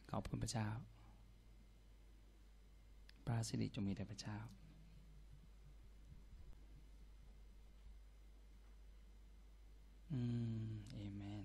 ขอบคุณพระเจ้าพระสิริจงมีแด่พระเจ้าเอเมน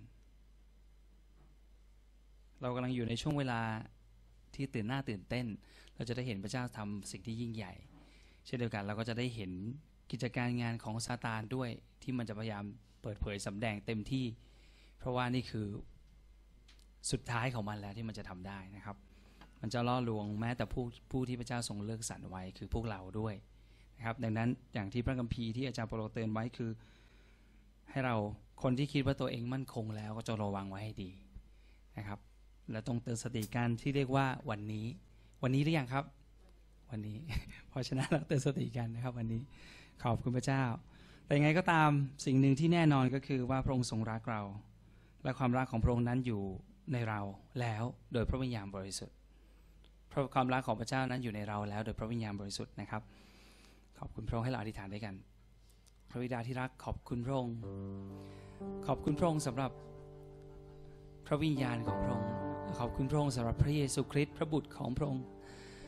เรากำลังอยู่ในช่วงเวลาที่ตื่นหน้าตื่นเต้นเราจะได้เห็นพระเจ้าทำสิ่งที่ยิ่งใหญ่เช่นเดียวกันเราก็จะได้เห็นกิจการงานของซาตานด้วยที่มันจะพยายามเปิดเผยสำแดงเต็มที่เพราะว่านี่คือสุดท้ายของมันแล้วที่มันจะทำได้นะครับมันจะล่อลวงแม้แต่ผู้ที่พระเจ้าทรงเลือกสรรไว้คือพวกเราด้วยนะครับดังนั้นอย่างที่พระคัมภีร์ที่อาจารย์เปาโลเตือนไว้คือให้เราคนที่คิดว่าตัวเองมั่นคงแล้วก็จะระวังไว้ให้ดีนะครับและต้องเตือนสติกันที่เรียกว่าวันนี้หรือยังครับวันนี้ เพราะฉะนั้นเราเตือนสติกันนะครับวันนี้ขอบคุณพระเจ้าแต่ยังไงก็ตามสิ่งหนึ่งที่แน่นอนก็คือว่าพระองค์ทรงรักเราและความรักของพระองค์นั้นอยู่ในเราแล้วโดยพระวิญญาณบริสุทธิ์เพราะความรักของพระเจ้านั้นอยู่ในเราแล้วโดยพระวิญญาณบริสุทธิ์นะครับขอบคุณพระองค์ให้เราอธิษฐานด้วยกันพระบิดาที่รักขอบคุณพระองค์ขอบคุณพระองค์สำหรับพระวิญญาณของพระองค์ขอบคุณพระองค์สำหรับพระเยซูคริสต์พระบุตรของพระองค์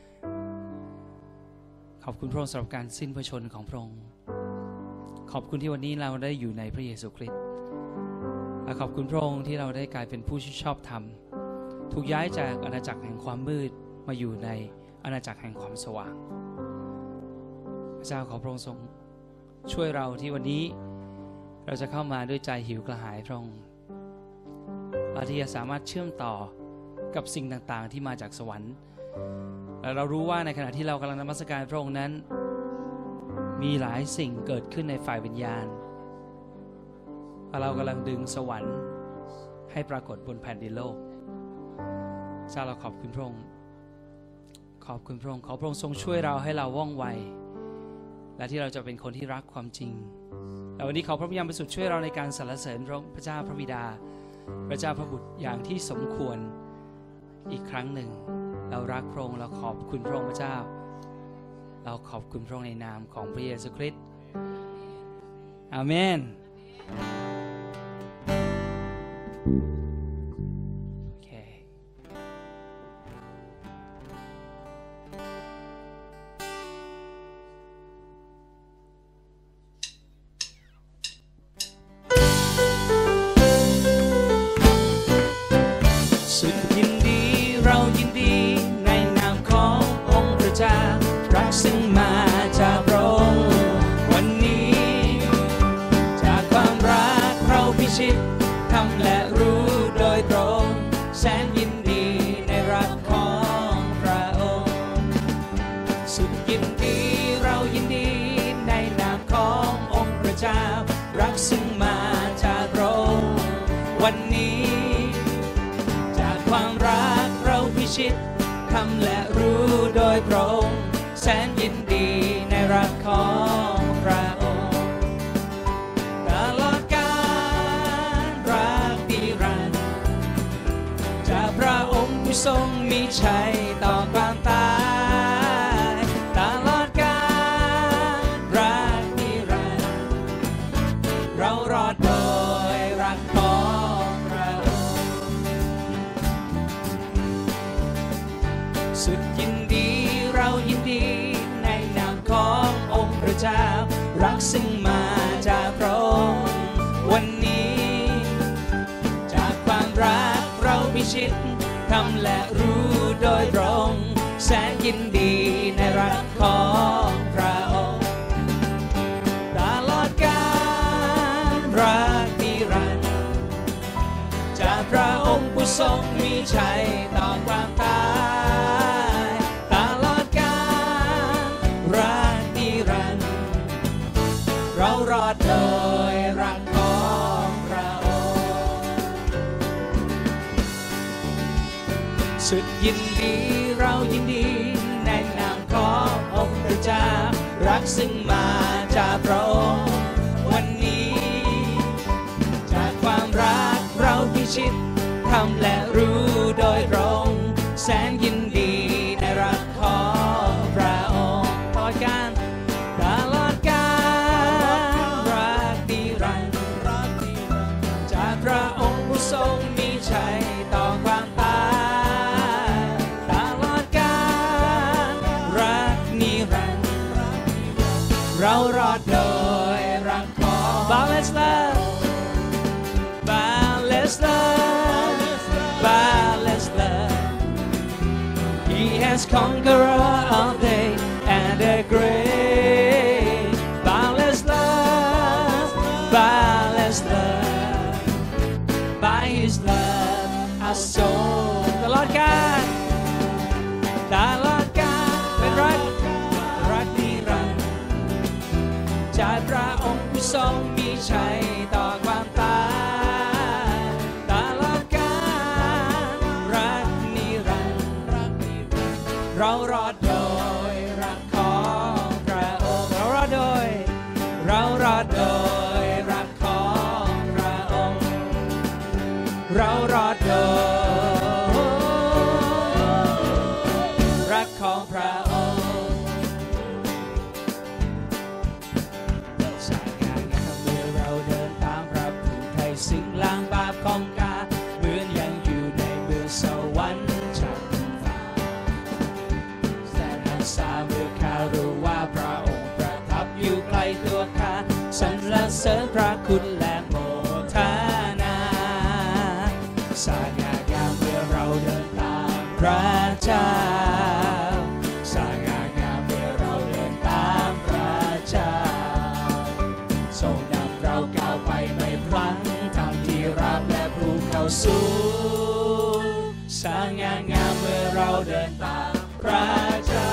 ขอบคุณพระองค์สำหรับการสิ้นพระชนของพระองค์ขอบคุณที่วันนี้เราได้อยู่ในพระเยซูคริสต์และขอบคุณพระองค์ที่เราได้กลายเป็นผู้ที่ชอบธรรมถูกย้ายจากอาณาจักรแห่งความมืดมาอยู่ในอาณาจักรแห่งความสว่างพระเจ้าขอพระองค์ทรงช่วยเราที่วันนี้เราจะเข้ามาด้วยใจหิวกระหายพระองค์เราที่จะสามารถเชื่อมต่อกับสิ่งต่างๆที่มาจากสวรรค์และเรารู้ว่าในขณะที่เรากำลังนมัสการพระองค์นั้นมีหลายสิ่งเกิดขึ้นในฝ่ายวิญญาณเรากำลังดึงสวรรค์ให้ปรากฏบนแผ่นดินโลกเจ้าเราขอบคุณพระองค์ขอบคุณพระองค์ขอพระองค์ทรงช่วยเราให้เราว่องไวและที่เราจะเป็นคนที่รักความจริงและวันนี้ขอพระวิญญาณบริสุทธิ์ช่วยเราในการสรรเสริญพระเจ้าพระบิดาพระเจ้าพระบุตรอย่างที่สมควรอีกครั้งหนึ่งเรารักพระองค์เราขอบคุณพระองค์พระเจ้าเราขอบคุณพระองค์ในนามของพระเยซูคริสต์อาเมนโอเคสุดยินดีเรายินดีในนามขององค์พระเจ้ารักซึ่งมาจากพระองค์วันนี้จากความรักเราพิชิตทำและรู้โดยตรงแสนยินดีในรักของพระองค์สุดยินดีเรายินดีในนามขององค์พระเจ้ารักซึ่งมาจากพระองค์วันนี้จากความรักเราพิชิตทำและรู้โดยตรงแสนยินดีในรักของพระองค์ตลอดกาลรักนิรันดร์จากพระองค์ผู้ทรงมีชัยต่อความตายตลอดกาลรักนิรันดร์เรารอดโดยรักของพระองค์สุดยินดีเรายินดีในนามขององค์พระเจ้ารักซึ่งมาจากพระองค์วันนี้จากความรักเราพิชิตทำและรู้โดยตรงแสนยินดีในรักของพระองค์ตลอดกาลรักนิรันดร์จากพระองค์ผู้ทรงมีชัยต่อความตายตลอดกาลรักนิรันดร์เรารอดโดยรักของพระองค์สุดยินดีเรายินดีในนามขององค์พระเจ้ารักซึ่งมาจากพระองค์วันนี้จากความรักเราพิชิตทำและรู้โดยตรงแสนยินดีในรักของพระองค์ตลอดกาลรักนิรันดร์จากพระองค์ผู้ทรงมีชัยต่อความตาย as conqueror of day and the great boundless love, boundless love. By His love, our soul ตลอดกาลเป็นรักนิรันดร์จากพระองค์ผู้ทรงมีชัยต่อความตายตลอดกาลรักนิรันดร์เรารอดโดยรักของพระองค์เรารอดโดยรักของพระองค์เรารอดโดยรักของพระองค์สายงานเมื่อเราเดินตามพระผู้ไถ่สิ่งล้างบาปของกาเหมือนยังอยู่ในเมืองสวรรค์จากฟ้าแต่ทันสาเมื่อข้ารู้ว่าพระองค์ประทับอยู่ใกล้ตัวข้าสรรเสริญพระคุณและโมทนาสง่างามเมื่อเราเดินตามพระเจ้าสง่างามเมื่อเราเดินตามพระเจ้าทรงนำเราก้าวไปไม่พลั้งทางที่ราบและภูเขาสูงสง่างามเมื่อเราเดินตามพระเจ้า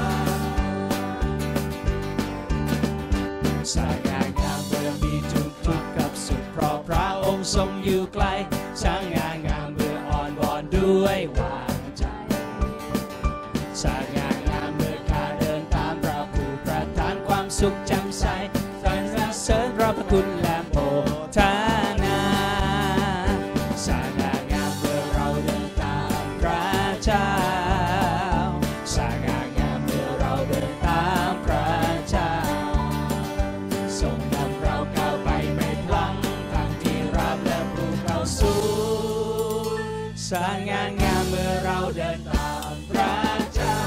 สง่างามเมื่อมีทุกข์กับสุขเพราะพระองค์ทรงอยู่ไกลสง่างามเมื่ออ่อนวอนด้วยวางใจสง่างามเมื่อข้าเดินตามพระผู้ประทานความสุขแจ่มใสสรรเสริญพระคุณและโมทนาสง่างามเมื่อเราเดินตามพระเจ้าสง่างามเมื่อเราเดินตามพระเจ้าทรงนำเราก้าวไปไม่พลั้งทางที่ราบและภูเขาสูงสง่างามเมื่อเราเดินตามพระเจ้า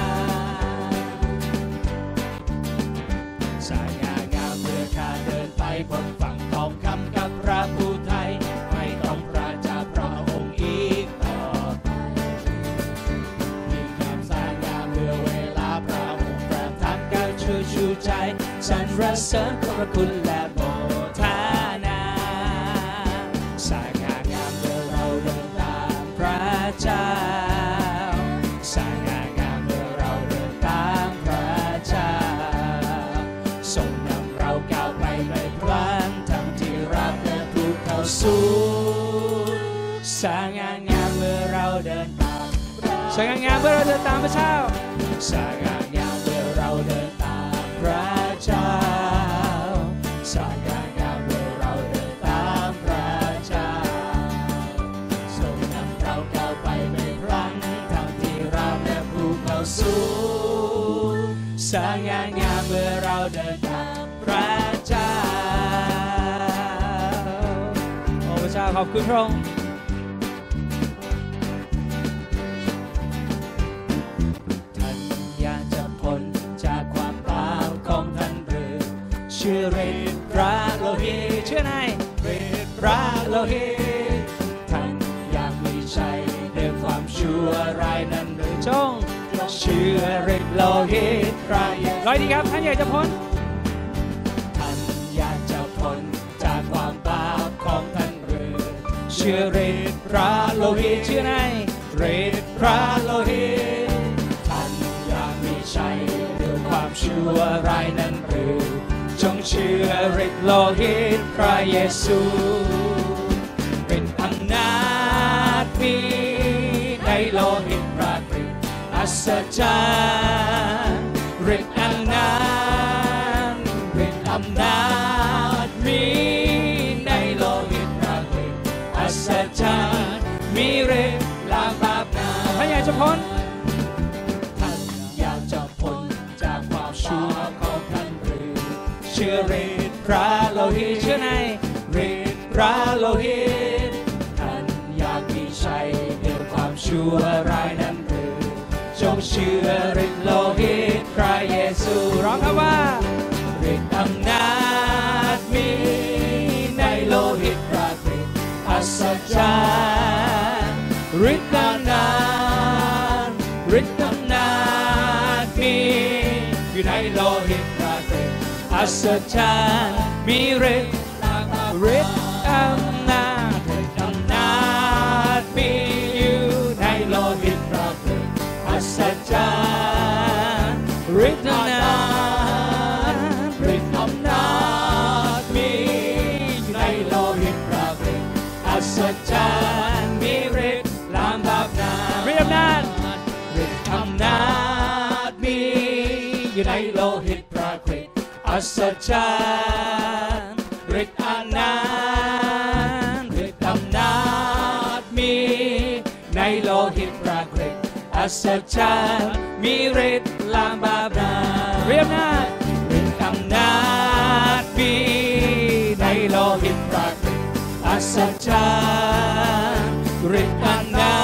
สง่างามเมื่อข้าเดินไปบนฝั่งทองคำกับพระผู้ไถ่ไม่ต้องพระเจ้าพระองค์อีกต่อไปยิ่งความสง่างามเมื่อเวลาพระองค์ประทับก้าวชูใจสรรเสริญพระคุณและโมทนาสง่างามเมื่อเราเดินตามพระเจ้าสง่างามเมื่อเราเดินตามพระเจ้าทรงนำเราก้าวไปไม่พลั้งทั้งที่ราบและภูเขาสูงสง่างามเมื่อเราเดินตามสง่างามเมื่อเราเดินตามพระเจ้าสง่างามเมื่อเราเดินตามพระเจ้าสง่างามเมื่อเราเดินตามพระเจ้าทรงนำเราก้าวไปไม่พลั้งทั้งที่ราบและภูเขาสูงสง่างามเมื่อเราเดินตามพระเจ้าโอ้พระเจ้าขอบคุณพระองค์ท่านอยากจะพ้นจากความบาปของท่านหรือเชื่อฤทธิ์พระโลหิตเชื่อในฤทธิ์พระโลหิตท่านอยากมีชัยในความชั่วร้ายนั้นหรือจงเชื่อฤทธิ์โลหิตพระเยซูร้อยดีครับท่านอยากจะพ้นท่านอยากจะพ้นจากความบาปของท่านหรือเชื่อฤทธิ์พระโลหิตเชื่อในฤทธิ์พระโลหิตท่านอยากมีชัยในความชั่วร้ายนั้นหรือจงเชื่อฤทธิ์โลหิตพระเยซูเป็นอำนาจมีในโลหิตพระคริสต์อัศจรรย์ฤทธิ์อำนาจมีในโลหิตพระคริสต์อัศจรรย์มีฤทธิ์ล้างบาปนาท่านอยากจะพ้นท่านอยากจะพ้นจากความชั่วของท่านหรือเชื่อฤทธิ์พระโลหิตเชื่อในฤทธิ์พระโลหิตท่านอยากมีชัยเหนือความชั่วร้ายนั้นหรือจงเชื่อฤทธิ์โลหิตพระเยซูร้องคำว่าฤทธิ์อำนาจมีในโลหิตพระคริสต์อัศจรรย์ฤทธิ์อำนาจอัศจรรย์มีฤทธิ์อำนาจมีอยู่ในโลหิตพระคริสต์อัศจรรย์ฤทธิ์อำนาจมีอยู่ในโลหิตพระคริสต์อัศจรรย์มีฤทธิ์ล้างบาปนาฤทธิ์อำนาจมีอยู่ในโลหิตพระคริสต์อัศจรรย์ฤทธิ์อำนาจมีในโลหิตพระคริสต์อัศจรรย์มีฤทธิ์ล้างบาปนาฤทธิ์อำนาจมีในโลหิตพระคริสต์อัศจรรย์ฤทธิ์อำนา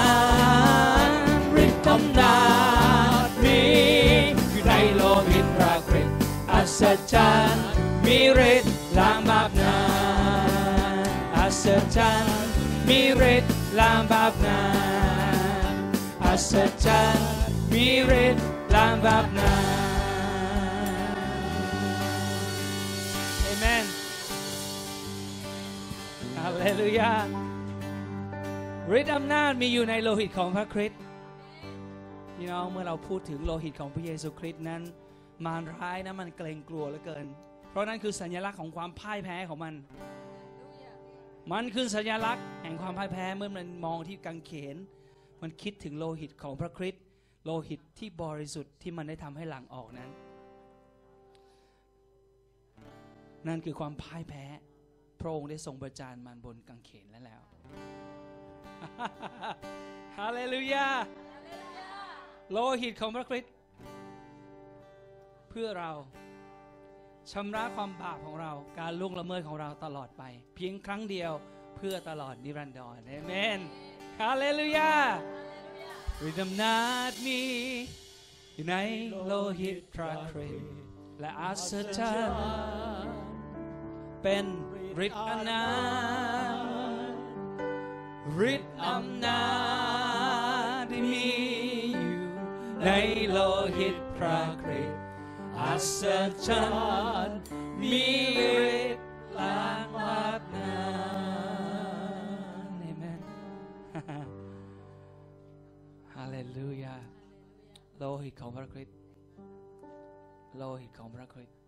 จมีอยู่ในโลหิตพระคริสต์อัศจรรย์มีฤทธิ์ล้างบาปนาอัศจรรย์มีฤทธิ์ล้างบาปนาอัศจรรย์มีฤทธิ์ล้างบาปนาเอเมนฮาเลลูยาฤทธิ์อำนาจมีอยู่ในโลหิตของพระคริสต์พี่น้องเมื่อเราพูดถึงโลหิตของพระเยซูคริสต์นั้นมารร้ายนะมันเกรงกลัวเหลือเกินเพราะนั่นคือสัญลักษณ์ของความพ่ายแพ้ของมันคือสัญลักษณ์แห่งความพ่ายแพ้เมื่อมันมองที่กางเขนมันคิดถึงโลหิตของพระคริสต์โลหิตที่บริสุทธิ์ที่มันได้ทำให้หลั่งออกนั่นคือความพ่ายแพ้พระองค์ได้ทรงประจานมันบนกางเขนแล้วฮาเลลูยาโลหิตของพระคริสต์เพื่อเราชำระความบาปของเราการล่วงละเมิดของเราตลอดไปเพียงครั้งเดียวเพื่อตลอดนิรันดรอาเมนฮาเลลูยาฤทธิ์อำนาจมีอยู่ในโลหิตพระคริสต์และอัศจรรย์เป็นฤทธิ์อำนาจที่มีอยู่ในโลหิตพระคริสต์อัศจรรย์มีฤทธิ์ล้างบาปนาอาเมนฮาเลลูยาโลหิตของพระคริสต์โลหิตของพระคริสต์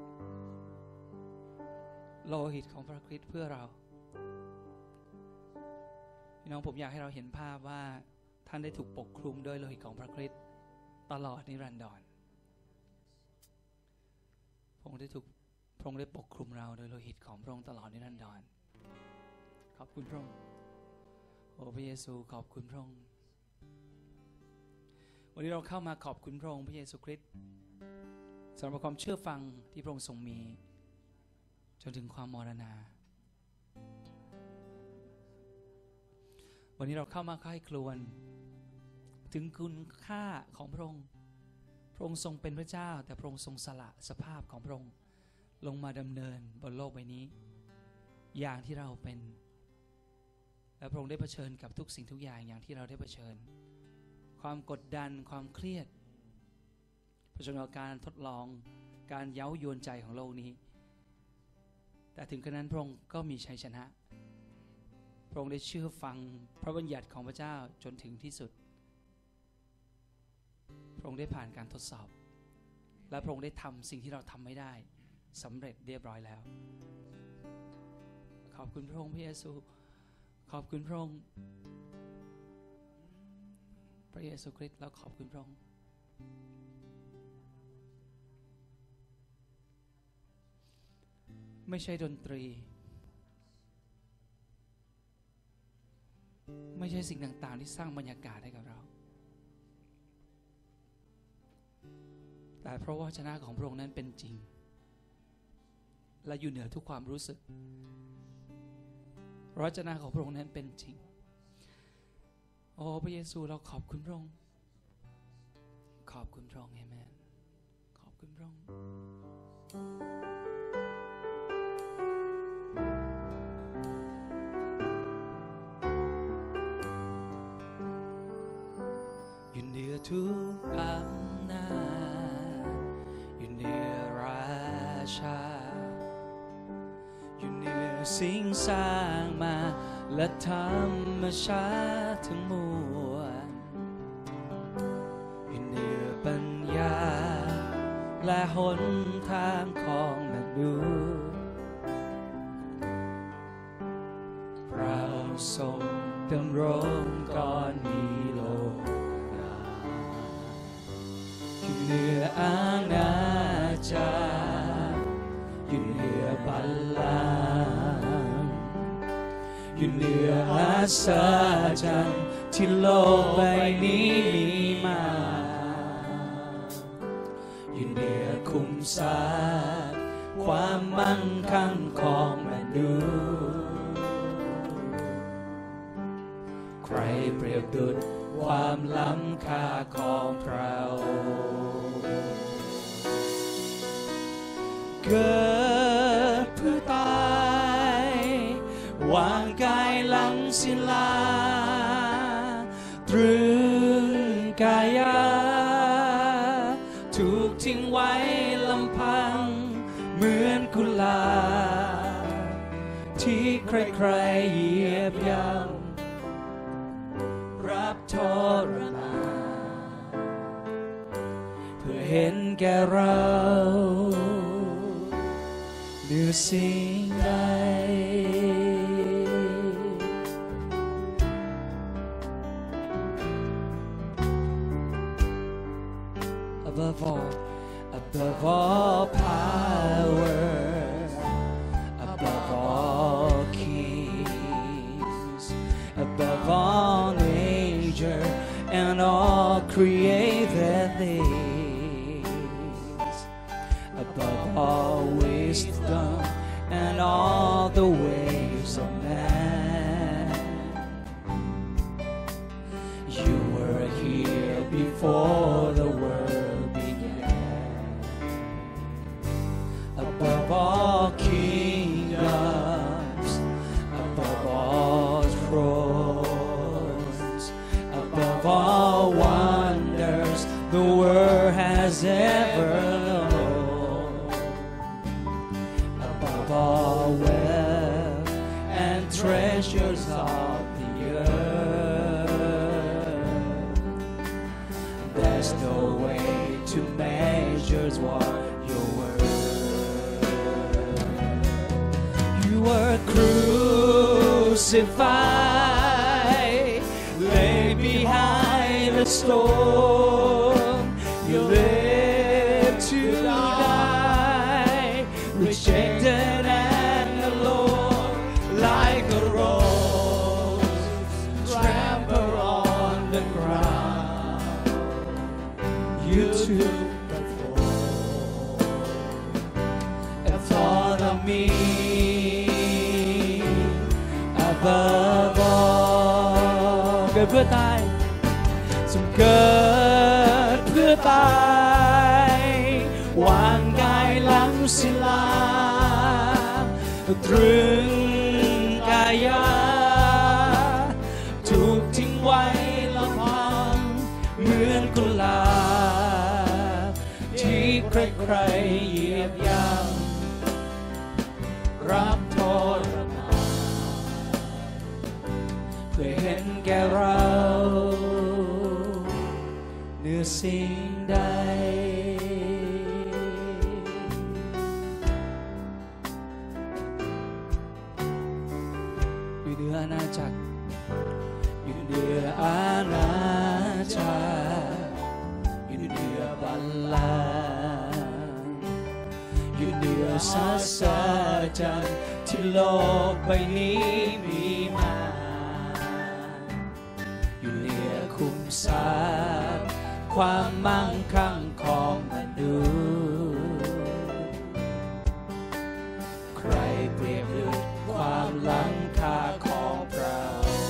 โลหิตของพระคริสต์เพื่อเราพี่น้องผมอยากให้เราเห็นภาพว่าท่านได้ถูกปกคลุมด้วยโลหิตของพระคริสต์ตลอดนิรันดรพระองค์ได้ปกคลุมเราโดยโลหิตของพระองค์ตลอดนิรันดรขอบคุณพระองค์โอ้พระเยซูขอบคุณพระองค์วันนี้เราเข้ามาขอบคุณพระองค์พระเยซูคริสต์สำหรับความเชื่อฟังที่พระองค์ทรงมีจนถึงความมรณาวันนี้เราเข้ามาใคร่ครวญถึงคุณค่าของพระองค์พระองค์ทรงเป็นพระเจ้าแต่พระองค์ทรงสละสภาพของพระองค์ลงมาดำเนินบนโลกใบนี้อย่างที่เราเป็นและพระองค์ได้เผชิญกับทุกสิ่งทุกอย่างอย่างที่เราได้เผชิญความกดดันความเครียดเผชิญกับการทดลองการเย้ายวนใจของโลกนี้แต่ถึงขนาดนั้นพระองค์ก็มีชัยชนะพระองค์ได้เชื่อฟังพระบัญญัติของพระเจ้าจนถึงที่สุดพระองค์ได้ผ่านการทดสอบและพระองค์ได้ทำสิ่งที่เราทำไม่ได้สำเร็จเรียบร้อยแล้วขอบคุณพระองค์พระเยซูขอบคุณพระองค์พระเยซูคริสต์แล้วขอบคุณพระองค์ไม่ใช่ดนตรีไม่ใช่สิ่งต่างๆที่สร้างบรรยากาศให้กับเราแต่เพราะว่าวจนะของพระองค์นั้นเป็นจริงและอยู่เหนือทุกความรู้สึกพระวจนะของพระองค์นั้นเป็นจริงโอ้พระเยซูเราขอบคุณพระองค์ขอบคุณพระองค์อาเมนขอบคุณพระองค์อยู่เหนือทุกอำนาจอยู่เหนือราชชาอยู่เหนือสิ่งสร้างมาและธรรมชาติทั้งมวลอยู่เหนือปัญญาและหนทางของมนุษย์พระองค์ทรงดำรงก่อนมีโลกอยู่เหนืออาณาจักรอยู่เหนือบัลลังก์อยู่เหนืออัศจรรย์ที่โลกใบนี้มีมาอยู่เหนือคุ้มทรัพย์ความมั่งคั่งของมนุษย์ใครเปรียบดุจความล้ำค่าของพระองค์เกิดเพื่อตายวางกายหลังศิลาตรึงกายาถูกทิ้งไว้ลำพังเหมือนกุหลาบที่ใครๆเหยียบย่ำรับทรมานเพื่อเห็นแก่เราเหนือสิ่งใดabove all power, above all kings, above all nature and all created things, above all wisdom and all the ways of man. You were here before the world began. Above all kingdoms, above all thrones, above all wonders the world has ever known, above all wealth and treasures of the earth. There's no way to measure what your worth. You were crucified, laid behind a stone. You lived to die, rejected and alone, like a rose trampled on the ground. You took the fall and thought of me above all. เกิดเพื่อตายทรงเกิดเพื่อตายวางกายหลังศิลาตรึงกายาถูกทิ้งไว้ลำพังเหมือนกุหลาบที่ใครๆเหยียบย่ำรับทรมานเพื่อเห็นแก่เราเหนือสิ่งใดอยู่เหนืออาณาจักรอยู่เหนืออาณาจักรอยู่เหนือบัลลังก์อยู่เหนือสัจจะที่โลกใบนี้มีมาอยู่เหนือคุ้มทรัพย์ความมั่งคั่งของมนุษย์ใครเปรียบดุจความล้ำค่าของเรา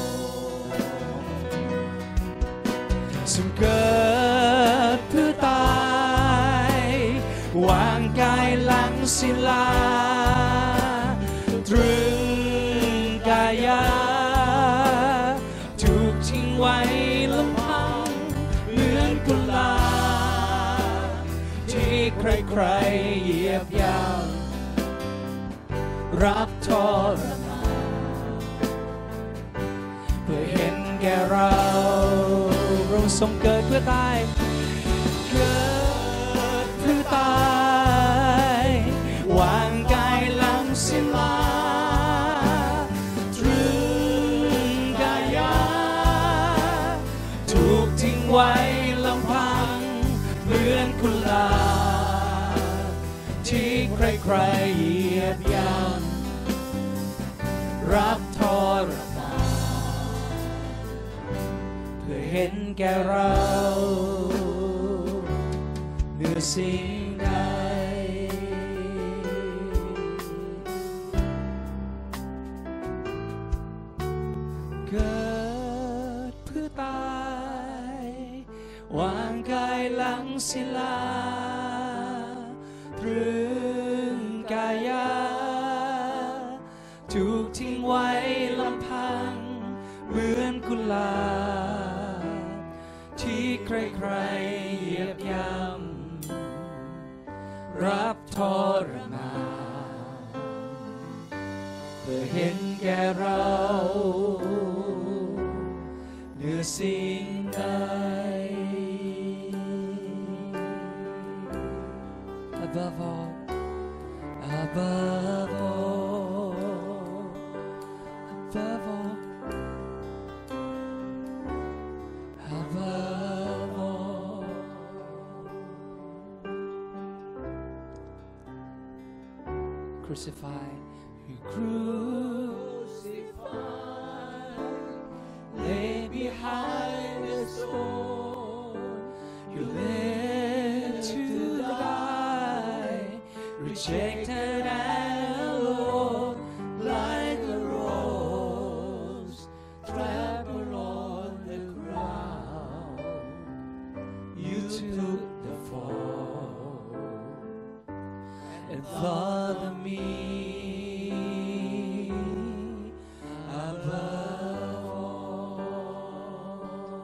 ทรงเกิดเพื่อตายวางกายหลังศิลาตรึงกายาถูกทิ้งไว้ลำพังเหมือนกุหลาบที่ใครๆเหยียบย่ำรับทรมานเพื่อเห็นแก่เราพระองค์ทรงเกิดเพื่อตายเกิดเพื่อตายวางกายหลังศิลาตรึงกายาถูกทิ้งไว้ลำพังเหมือนกุหลาบที่ใครๆเหยียบย่ำรับทรมานเพื่อเห็นแก่เราเหนือสิ่งใดเกิดเพื่อตายวางกายหลังศิลาตรึงกายาถูกทิ้งไว้ลำพังเหมือนกุหลาบที่ใครๆเหยียบย่ำรับทรมานเพื่อเห็นแก่เราเหนือสิ่งใด Above all, above all, above all, above all. Crucify, you crucify, lay behind the stone, you led to die, rejected and alone, like a rose trampled on the ground. You took the fall and followed me above all.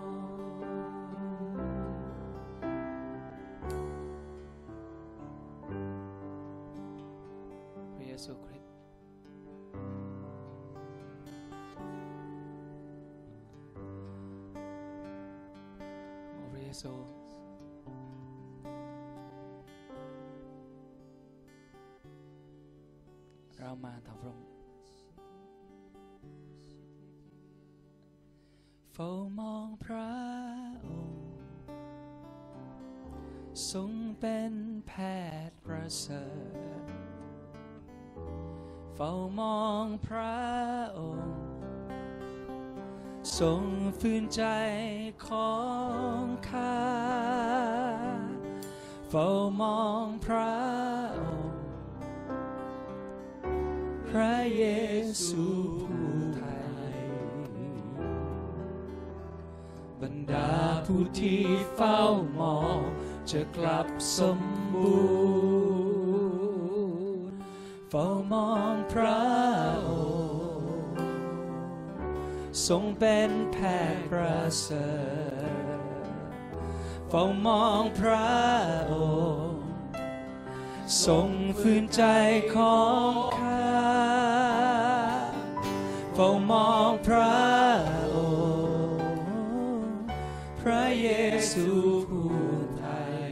พระเยซูคริสต์โอ้พระเยซูเรามาต่อพระองค์เฝ้ามองพระองค์ทรงเป็นแพทย์ประเสริฐเฝ้ามองพระองค์ทรงฟื้นใจของข้าเฝ้ามองพระองค์พระเยซูผู้ไทยบรรดาผู้ที่เฝ้ามองจะกลับสมบูรณ์เฝ้ามองพระองค์ทรงเป็นแพทย์ประเสริฐเฝ้ามองพระองค์ทรงฟื้นใจของข้าเฝ้ามองพระองค์พระเยซูผู้ไทย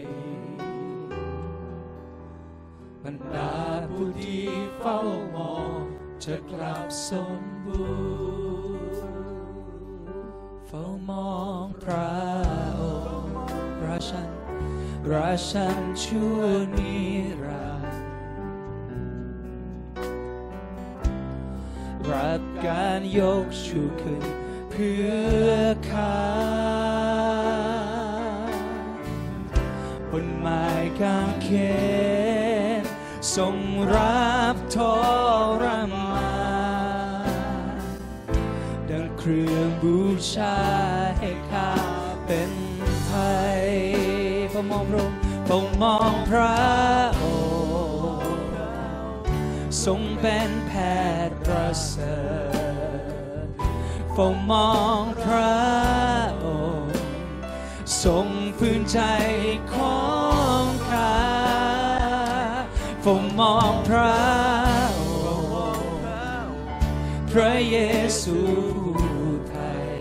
บรรดาผู้ที่เฝ้ามองจะกลับสมบูรณ์เฝ้ามองพระองค์ราชันชั่วนิรันดร์รับการยกชูขึ้นเพื่อข้าบนไม้กางเขนทรงรับทรมานดังเครื่องบูชาให้ข้าเป็นไทยเฝ้ามองพระองค์เฝ้ามองพระองค์ทรงเป็นแพทย์ประเสริฐเฝ้ามองพระองค์ทรงฟื้นใจของข้าเฝ้ามองพระองค์ระเยซูผู้ไทย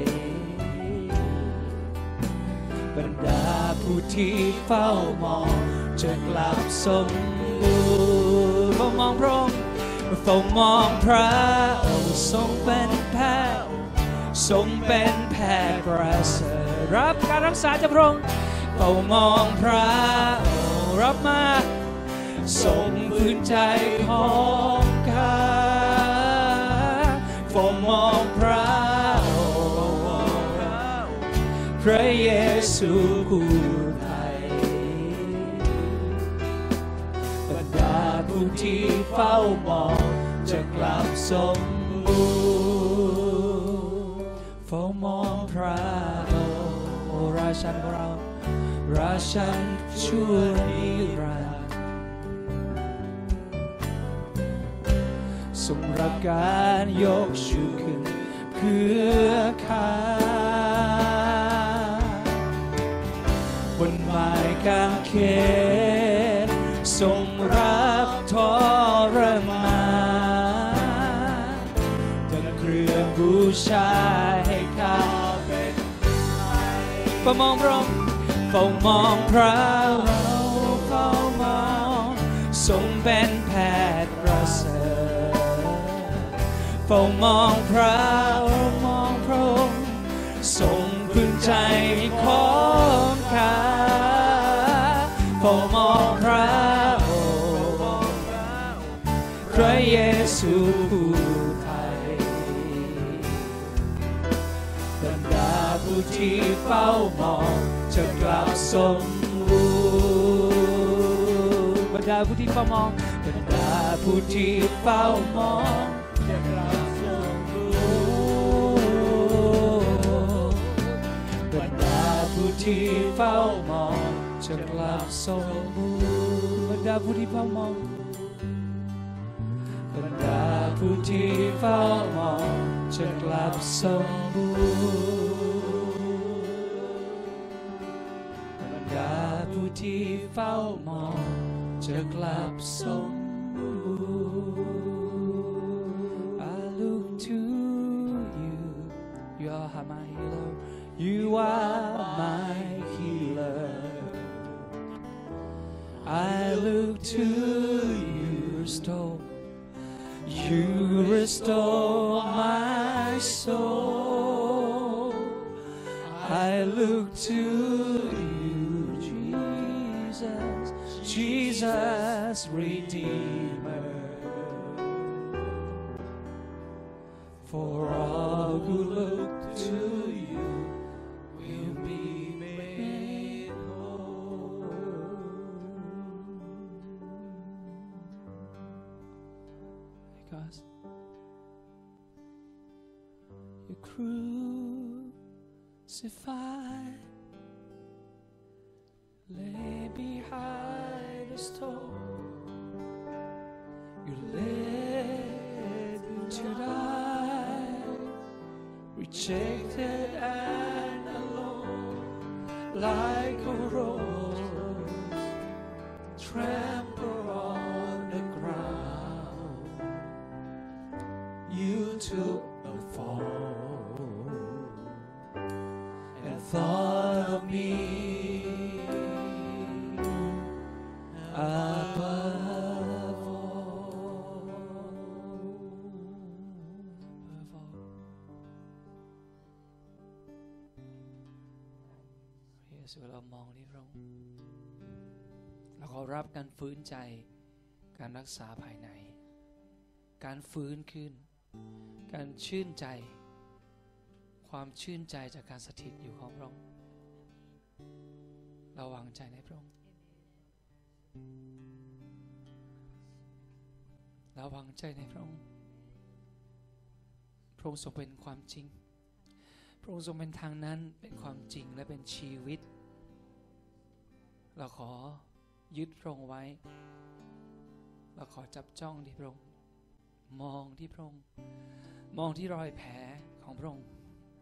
บรรดาผู้ที่เฝ้ามองจะกลับสมบูรณ์เฝ้ามองพระองค์เฝ้ามองพระองค์ทรงเป็นแพทย์ทรงเป็นแพทย์ประเสริฐรับการรักษาจากพระองค์เฝ้ามองพระองค์รับมาทรงพื้นใจของข้าเฝ้ามองพระองค์พระเยซูผู้ไทยบรรดาผู้ที่เฝ้ามองจะกลับสมบูรณ์เฝ้ามองพระองค์โอราชันของเราราชันชั่วนิรันดร์ทรงรับการยกชูขึ้นเพื่อข้าบนไม้กางเขนทรงรับทรมานดังเครื่องบูชาให้ข้าเป็นไทยเฝ้ามองพระองค์เฝ้ามองพระองค์เฝ้ามองทรงเป็นแพทย์ประเสริฐเฝ้ามองพระองค์ทรงพึ่งใจของข้าเฝ้ามองพระองค์พระเยซูผู้ไทยบรรดาผู้ที่เฝ้ามองจะกลับสมบูรณ์บรรดาผู้ที่เฝ้ามองบรรดาผู้ที่เฝ้ามองจะกลับสมบูรณ์บรรดาผู้ที่เฝ้ามองจะกลับสมบูรณ์บรรดาผู้ที่เฝ้ามองบรรดาผู้ที่เฝ้ามองจะกลับสมบูรณ์บรรดาผู้ที่เฝ้ามองจะกลับสมบูรณ์ I look to you you are my healer you are my healer I look to you restore you restore my soul I look to you Jesus Jesus Redeemer for all who look to you will be made whole because you crucified lay behind the stone you led to die rejected and alone like a rose trampled on the ground you took the fall and thought of me above all พระเยซูเรามองที่พระองค์เราขอรับการฟื้นใจการรักษาภายในการฟื้นขึ้นการชื่นใจความชื่นใจจากการสถิตอยู่ของพระองค์เราวางใจในพระองค์เราวางใจในพระองค์พระองค์ทรงเป็นความจริงพระองค์ทรงเป็นทางนั้นเป็นความจริงและเป็นชีวิตเราขอยึดพระองค์ไว้เราขอจับจ้องที่พระองค์มองที่พระองค์มองที่รอยแผลของพระองค์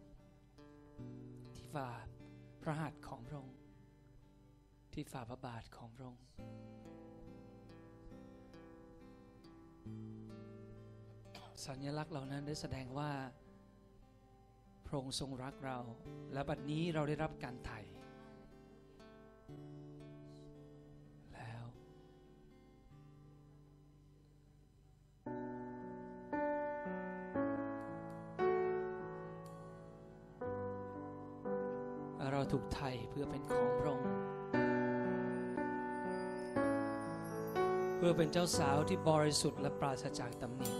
ที่ฝ่าพระหัตถ์ของพระองค์ที่ฝ่าพระบาทของพระองค์สัญลักษณ์เหล่านั้นได้แสดงว่าพระองค์ทรงรักเราและบัดนี้เราได้รับการไถ่แล้วเราถูกไถ่เพื่อเป็นของพระองค์เพื่อเป็นเจ้าสาวที่บริสุทธิ์และปราศจากตำหนิ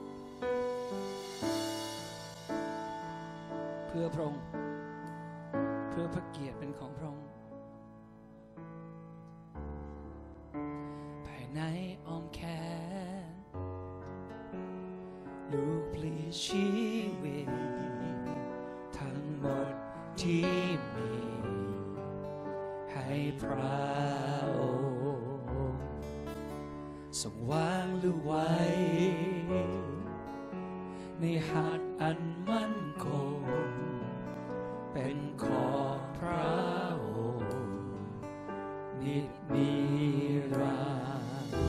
เพื่อพระองค์เพื่อพระเกียรติเป็นของพระองค์ภายในอ้อมแขนลูกพลีชีวิตทั้งหมดที่มีให้พระองค์ทรงวางลูกไว้ในหัตถ์อันมั่นคงเป็นของพระองค์นิรันดร์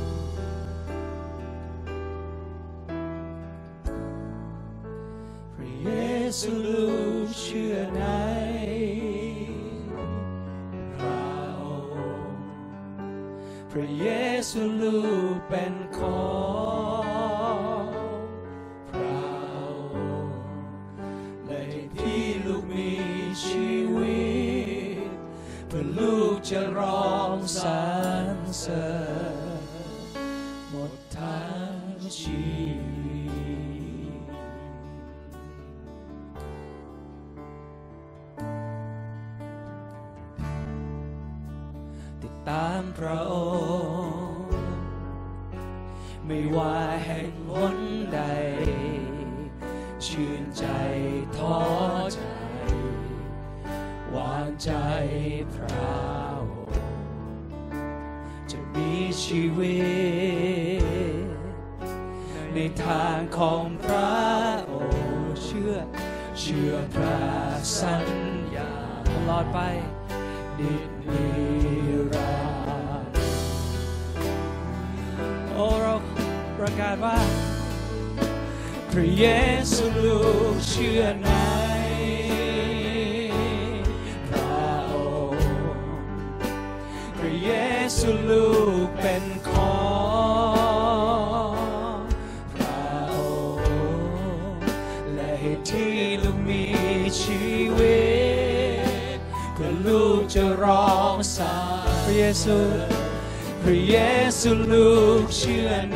พระเยซูลูกเชื่อในพระองค์พระเยซูลูกเป็นของพระองค์และที่ลูกมีชีวิตเพื่อลูกจะร้องสรรเสริญหมดทั้งชีวิตติดตามพระองค์ไม่ว่าแห่งหนใดชื่นใจท้อใจวางใจพระองค์จะมีชีวิตในทางของพระองค์เชื่อพระสัญญาตลอดไปนิรันดร์โอ้เราประกาศว่าพระเยซูลูกเชื่อในพระองค์พระเยซูลูกเป็นของพระองค์และเหตุที่ลูกมีชีวิตเพื่อลูกจะร้องสรรพระเยซูลูกเชื่อใน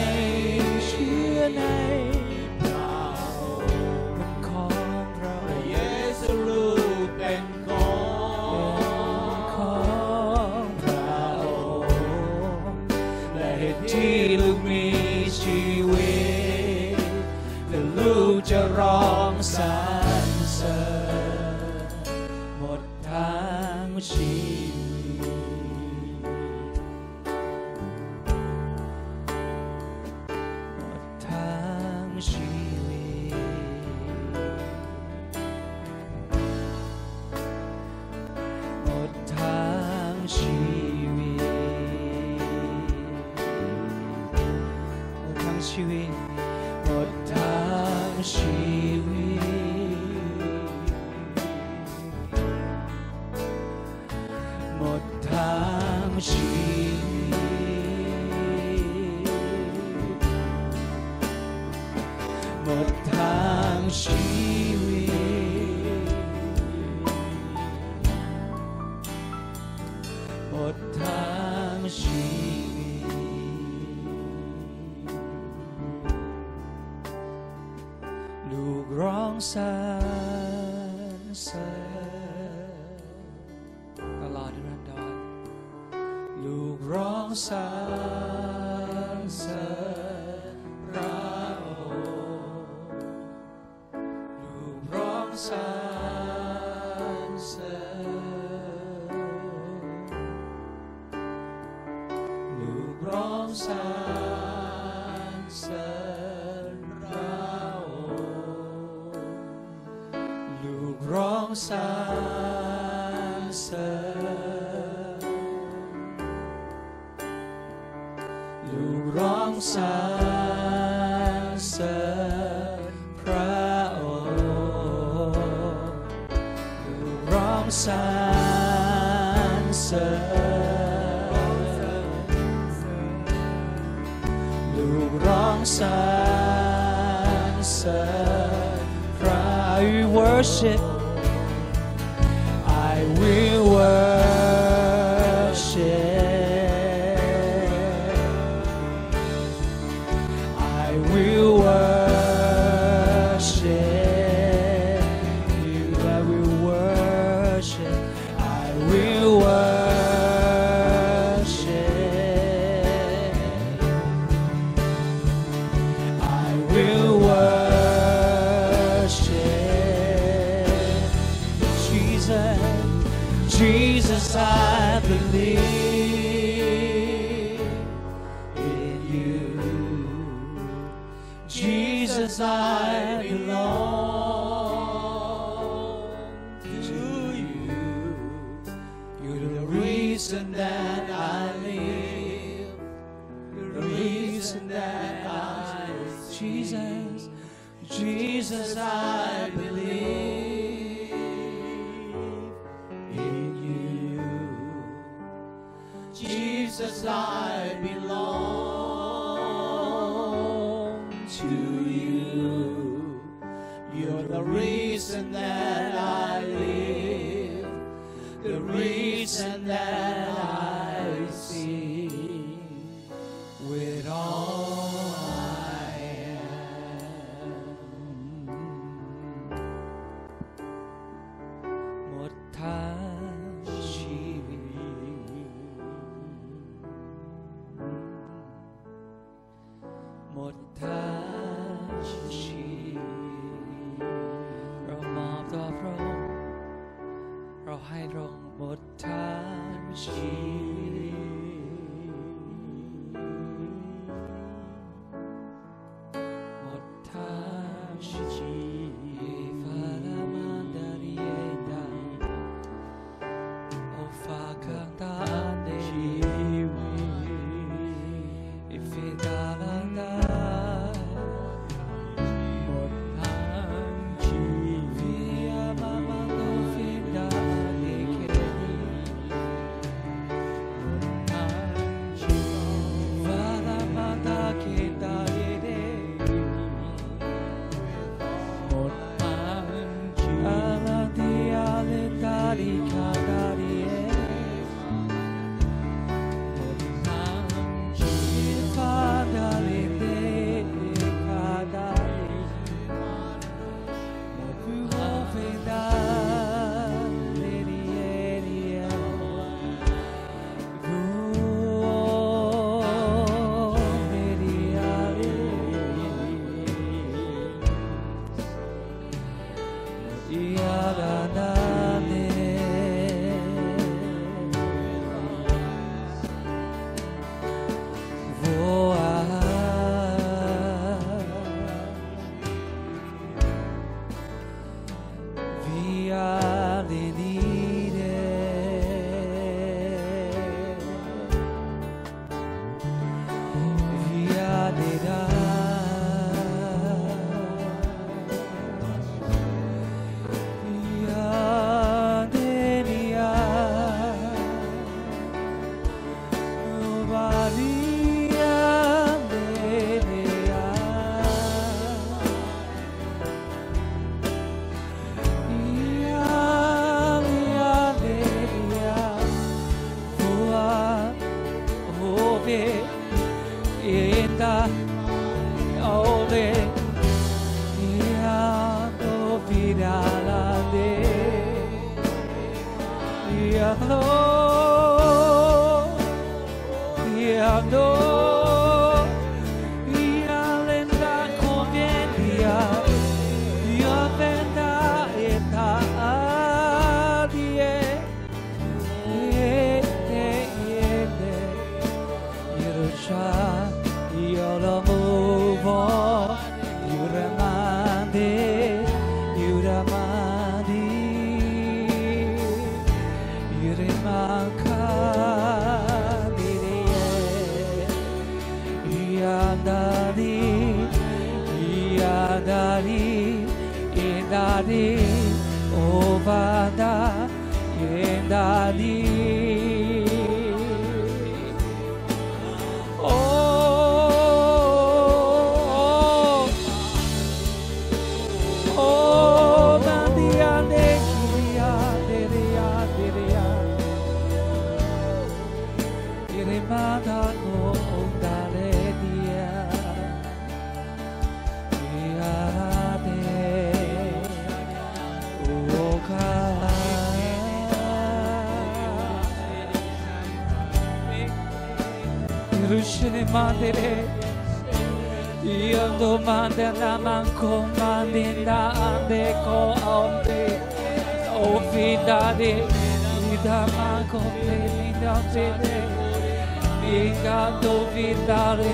ที่ลูกมีชีวิตและลูกจะร้องสรรเสริญหมดทั้งชีวิตหมดทั้งชีวิตหมดทั้งชีวิตชีวิตหมดทั้งชีวิตหมดทั้งชีวิตหมดทั้งชีวิตหมดทั้งชีวิตลูกร้องสรรเสริญตลอดนิรันดรลูกร้องสรรเสริญพระองค์ลูกร้องสรรเสริญลูกร้องสรรเสริญร้องสรรเสริญลูกร้องสรรเสริญเสริญลูกร้องสรรเสริญพระ I worship I will worship I will worship you I will worship I will worship I will worship Jesus Jesus I believe in you Jesus I belong to you you're the reason that I live the reason that I Jesus Jesus I believe in you Jesus I belong to you you're the reason that I live the reason that I sing with all I am หมดทางชีวิตหมดทางชีวิตเรามอบต่อพระองค์เราให้พระองค์หมดทางชีวิตหมดทางชีวิตฟาลามันดาริเอดาโอฟาคังตาเดชีวิตอิฟิดาลาดาหมดทางชีวิตมามาโนฟิดาเดเคหมดทางชีวิตฟาลามาดาเคดาเยเดหมดทางชีวิตอาลาดิอาเลตาริคาดาริเอหมดทางชีวิตฟาดาเลเดคาดาริหมดผู้โอเฟดาเลริเอริเอผู้โอเมริอาเลอีอาดาดาเนโวอาvia venire via de da via delia valia delia Ovada, Yendadi. madago daledia iade oka Rushine mandere io domanda la manco mandinda ande ko ombe o fidade ida manco linda fede ika do vidare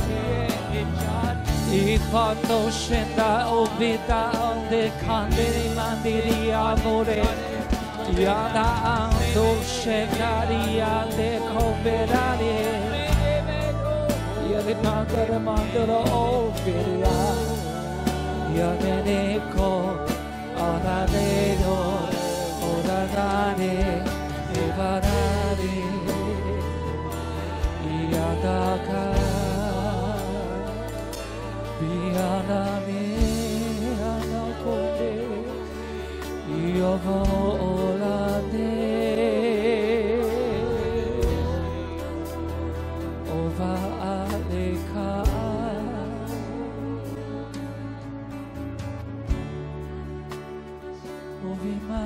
I quando scenda o vita ande candere mandiri amore Yada ando scendari ande comberare Yada mandara mandara o viria Yada ko anadero oranare evarare Yada ka Bianami anakonde Yovolade Ova aleka Ovima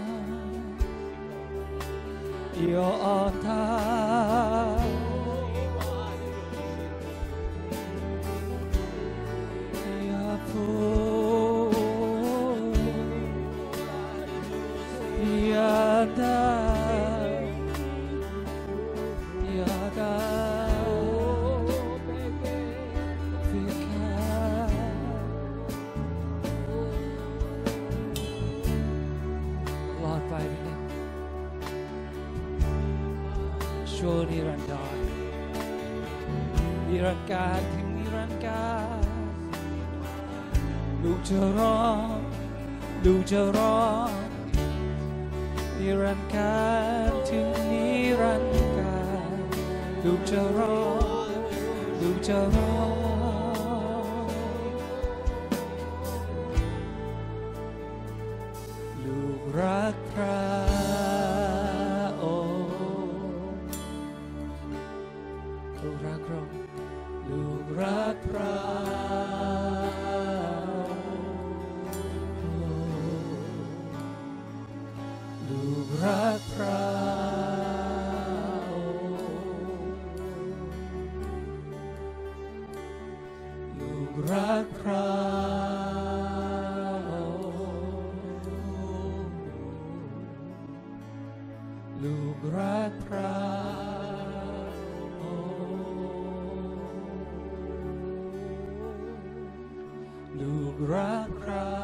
Yo antaนิรันดรนิรันดร์การถึงนิรันดร์การลูกจะร้องลูกจะร้องนิรันดร์การถึงนิรันดร์การลูกจะร้องลูกจะร้องลูกรักพระรักพระลูกรักพระลูกรักพระลูกรักพระลูกรักพระ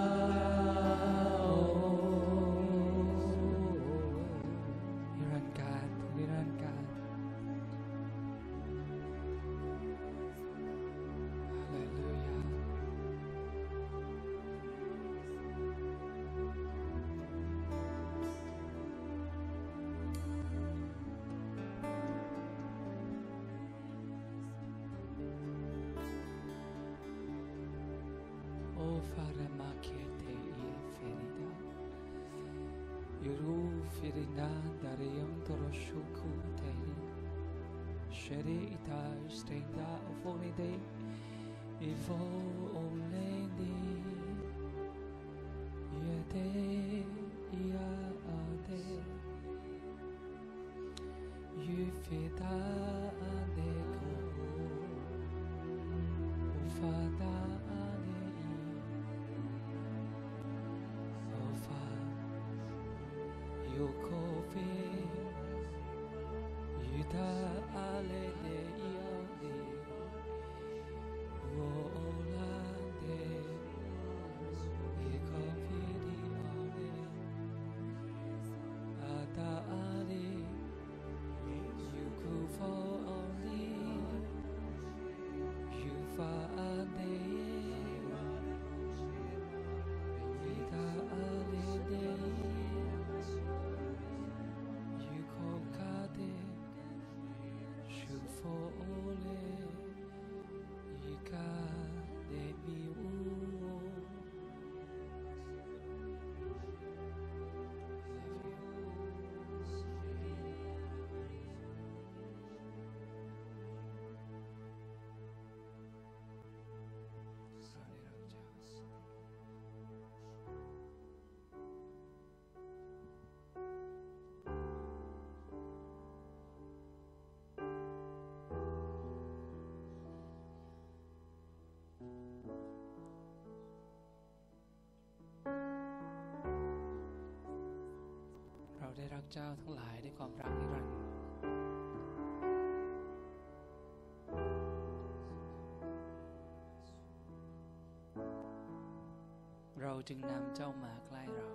นิรันดร์การนิรันดร์การฮาเลลูยาFerina darayam toroshuku teri Shere ita stenda ofonide Ivo olendi Yete ia ade Yufeta adeko Ufada adei Ofa Yokofe Yuta alede iade Volande Ekofidi ade Ata ade Yukufo ali Yufa ade Yuta alede Yukokade Shufo เจ้าทั้งหลายด้วยความรักนิรันดร์เราจึงนำเจ้ามาใกล้เรา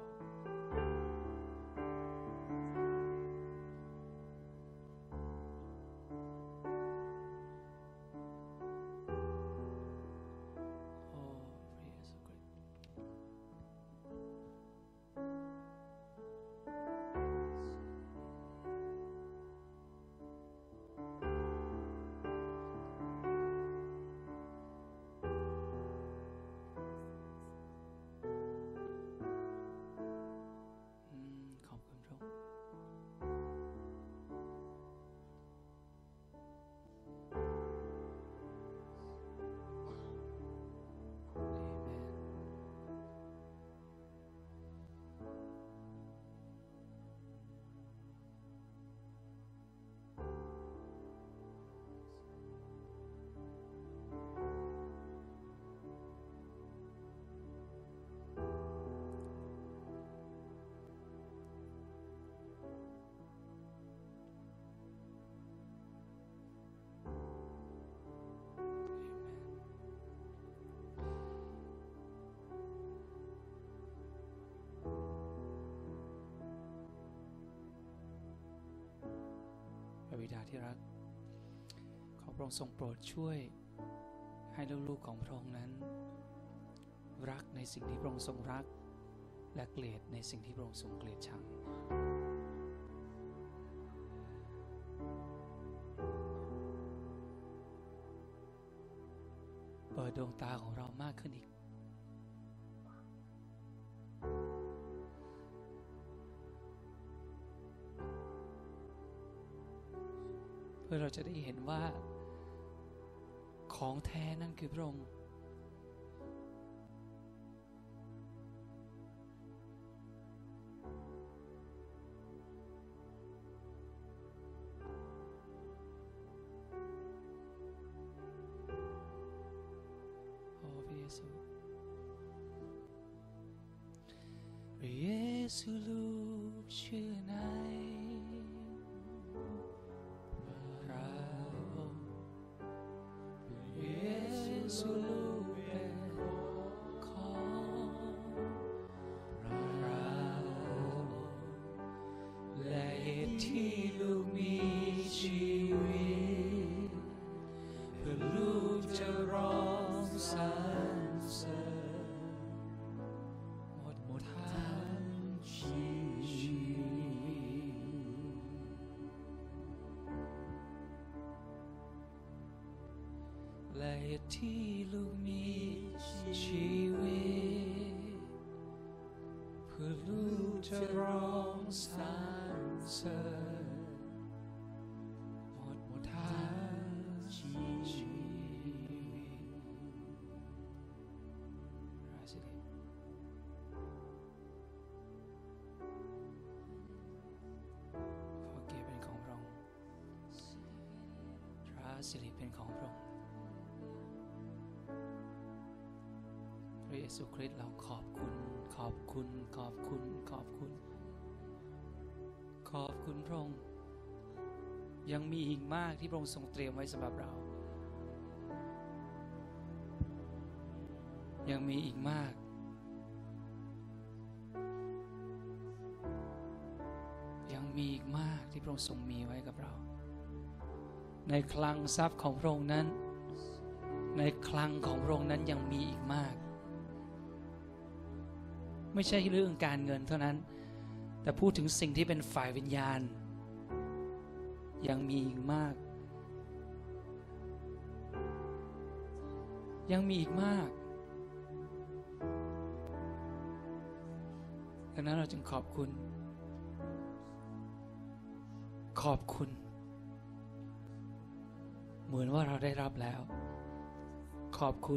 พระบิดาที่รักขอพระองค์ทรงโปรดช่วยให้ลูกๆของพระองค์นั้นรักในสิ่งที่พระองค์ทรงรักและเกลียดในสิ่งที่พระองค์ทรงเกลียดชังเปิดดวงตาของเรามากขึ้นอีกเพื่อเราจะได้เห็นว่าของแท้นั่นคือพระองค์โอ้พระเยซูพระเยซูลูกชื่อไหนสุลูกเป็นของพระองค์และเหตุที่ลูกมีชีวิตเพื่อลูกจะร้องสรรเสริญหมดทั้งชีวิตและเหตุที่ลูกมีชีวิตเพื่อลูกจะร้องสรรเสริญหมดทั้งชีวิตราสิริขอเกียรติเป็นของพระองค์ราสิริเป็นของพระองค์พระเยซูคริสต์เราขอบคุณขอบคุณขอบคุณขอบคุณขอบคุณพระองค์ยังมีอีกมากที่พระองค์ทรงเตรียมไว้สำหรับเรายังมีอีกมากยังมีอีกมากที่พระองค์ทรงมีไว้กับเราในคลังทรัพย์ของพระองค์นั้นในคลังของพระองค์นั้นยังมีอีกมากไม่ใช่เรื่องการเงินเท่านั้นแต่พูดถึงสิ่งที่เป็นฝ่ายวิญญาณยังมีอีกมากยังมีอีกมากดังนั้นเราจึงขอบคุณขอบคุณเหมือนว่าเราได้รับแล้วขอบคุณ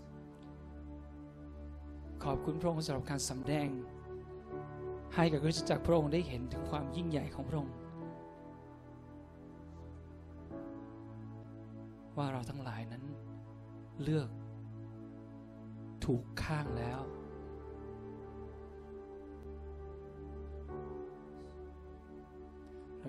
ขอบคุณพระองค์สำหรับการสำแดงให้กับคริสตจักรพระองค์ได้เห็นถึงความยิ่งใหญ่ของพระองค์ว่าเราทั้งหลายนั้นเลือกถูกข้างแล้ว พ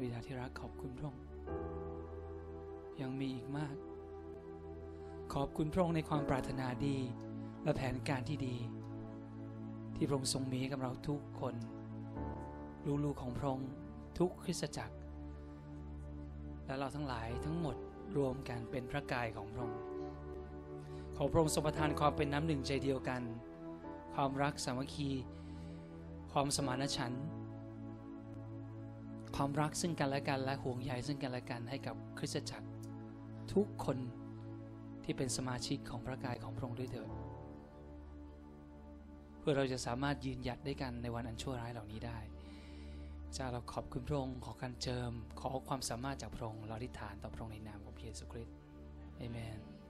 บิดาที่รักขอบคุณพระองค์ยังมีอีกมากขอบคุณพระองค์ในความปรารถนาดีและแผนการที่ดีที่พระองค์ทรงมีกับเราทุกคนลูกๆของพระองค์ทุกคริสตจักรและเราทั้งหลายทั้งหมดรวมกันเป็นพระกายของพระองค์ขอพระองค์ทรงประทานความเป็นน้ำหนึ่งใจเดียวกันความรักสามัคคีความสมานฉันท์ความรักซึ่งกันและกันและห่วงใยซึ่งกันและกันให้กับคริสตจักรทุกคนที่เป็นสมาชิกของพระกายของพระองค์ด้วยเถิดเพื่อเราจะสามารถยืนหยัดด้วยกันในวันอันชั่วร้ายเหล่านี้ได้จ้าเราขอบคุณพระองค์ขอการเจิมขอความสามารถจากพระองค์เราอธิษฐานต่อพระองค์ในนามของพระเยซูคริสต์อาเมน